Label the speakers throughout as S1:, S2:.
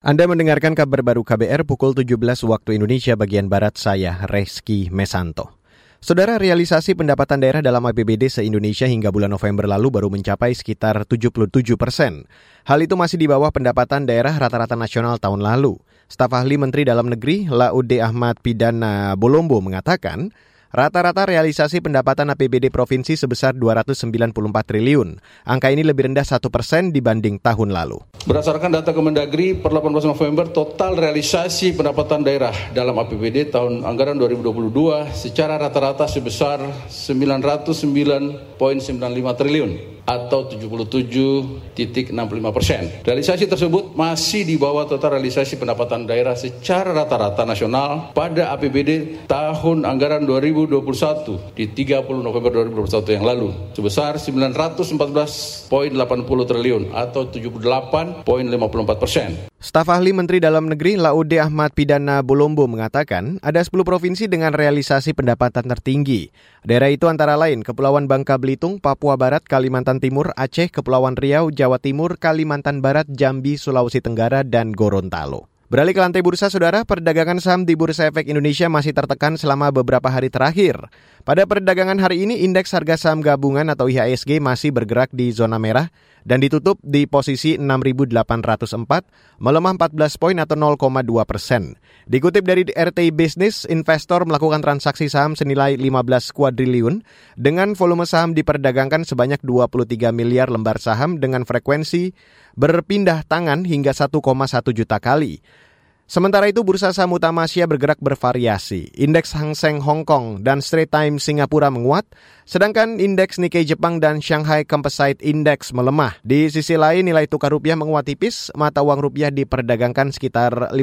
S1: Anda mendengarkan kabar baru KBR pukul 17 waktu Indonesia bagian Barat, saya Reski Mesanto. Saudara, realisasi pendapatan daerah dalam APBD se-Indonesia hingga bulan November lalu baru mencapai sekitar 77%. Hal itu masih di bawah pendapatan daerah rata-rata nasional tahun lalu. Staf ahli Menteri Dalam Negeri Laude Ahmad Pidana Bolombo mengatakan, rata-rata realisasi pendapatan APBD provinsi sebesar 294 triliun. Angka ini lebih rendah 1% dibanding tahun lalu.
S2: Berdasarkan data Kemendagri per 18 November, total realisasi pendapatan daerah dalam APBD tahun anggaran 2022 secara rata-rata sebesar 909,95 triliun atau 77,65%. Realisasi tersebut masih di bawah total realisasi pendapatan daerah secara rata-rata nasional pada APBD tahun anggaran 2021 di 30 November 2021 yang lalu sebesar 914,80 triliun atau 78,54%.
S1: Staf ahli Menteri Dalam Negeri Laude Ahmad Pidana Bolombo mengatakan ada 10 provinsi dengan realisasi pendapatan tertinggi. Daerah itu antara lain Kepulauan Bangka Belitung, Papua Barat, Kalimantan Timur, Aceh, Kepulauan Riau, Jawa Timur, Kalimantan Barat, Jambi, Sulawesi Tenggara, dan Gorontalo. Beralih ke lantai bursa, saudara, perdagangan saham di Bursa Efek Indonesia masih tertekan selama beberapa hari terakhir. Pada perdagangan hari ini, indeks harga saham gabungan atau IHSG masih bergerak di zona merah dan ditutup di posisi 6.804, melemah 14 poin atau 0,2%. Dikutip dari RTI Business, investor melakukan transaksi saham senilai 15 kuadriliun dengan volume saham diperdagangkan sebanyak 23 miliar lembar saham dengan frekuensi berpindah tangan hingga 1,1 juta kali. Sementara itu, bursa saham utama Asia bergerak bervariasi. Indeks Hang Seng Hong Kong dan Straits Times Singapura menguat, sedangkan indeks Nikkei Jepang dan Shanghai Composite Index melemah. Di sisi lain, nilai tukar rupiah menguat tipis, mata uang rupiah diperdagangkan sekitar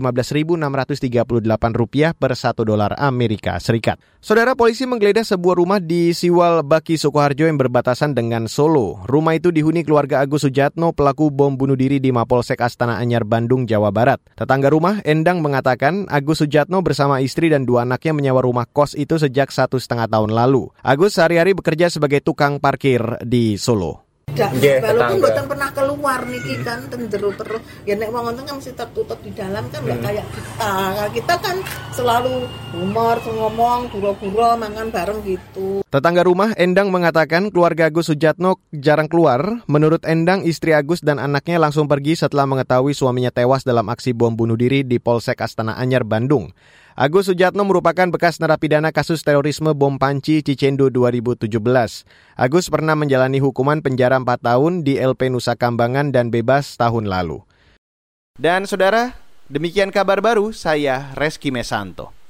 S1: Rp15.638 per $1 Amerika Serikat. Saudara, polisi menggeledah sebuah rumah di Siwal Baki Sukoharjo yang berbatasan dengan Solo. Rumah itu dihuni keluarga Agus Sujatno, pelaku bom bunuh diri di Mapolsek Astana Anyar, Bandung, Jawa Barat. Tetangga rumah Endang mengatakan Agus Sujatno bersama istri dan 2 anaknya menyewa rumah kos itu sejak 1,5 tahun lalu. Agus sehari-hari bekerja sebagai tukang parkir di Solo.
S3: Walaupun mboten pernah keluar niki kan tenderu terus. Ya nek wong ngoten kan mesti tertutup di dalam kan enggak kayak kita. Kita kan selalu humor, ngomong, guro-guro, mangan bareng gitu.
S1: Tetangga rumah Endang mengatakan keluarga Agus Sujatno jarang keluar. Menurut Endang, istri Agus dan anaknya langsung pergi setelah mengetahui suaminya tewas dalam aksi bom bunuh diri di Polsek Astana Anyar, Bandung. Agus Sujatno merupakan bekas narapidana kasus terorisme bom panci Cicendo 2017. Agus pernah menjalani hukuman penjara 4 tahun di LP Nusa Kambangan dan bebas tahun lalu. Dan saudara, demikian kabar baru, saya Reski Mesanto.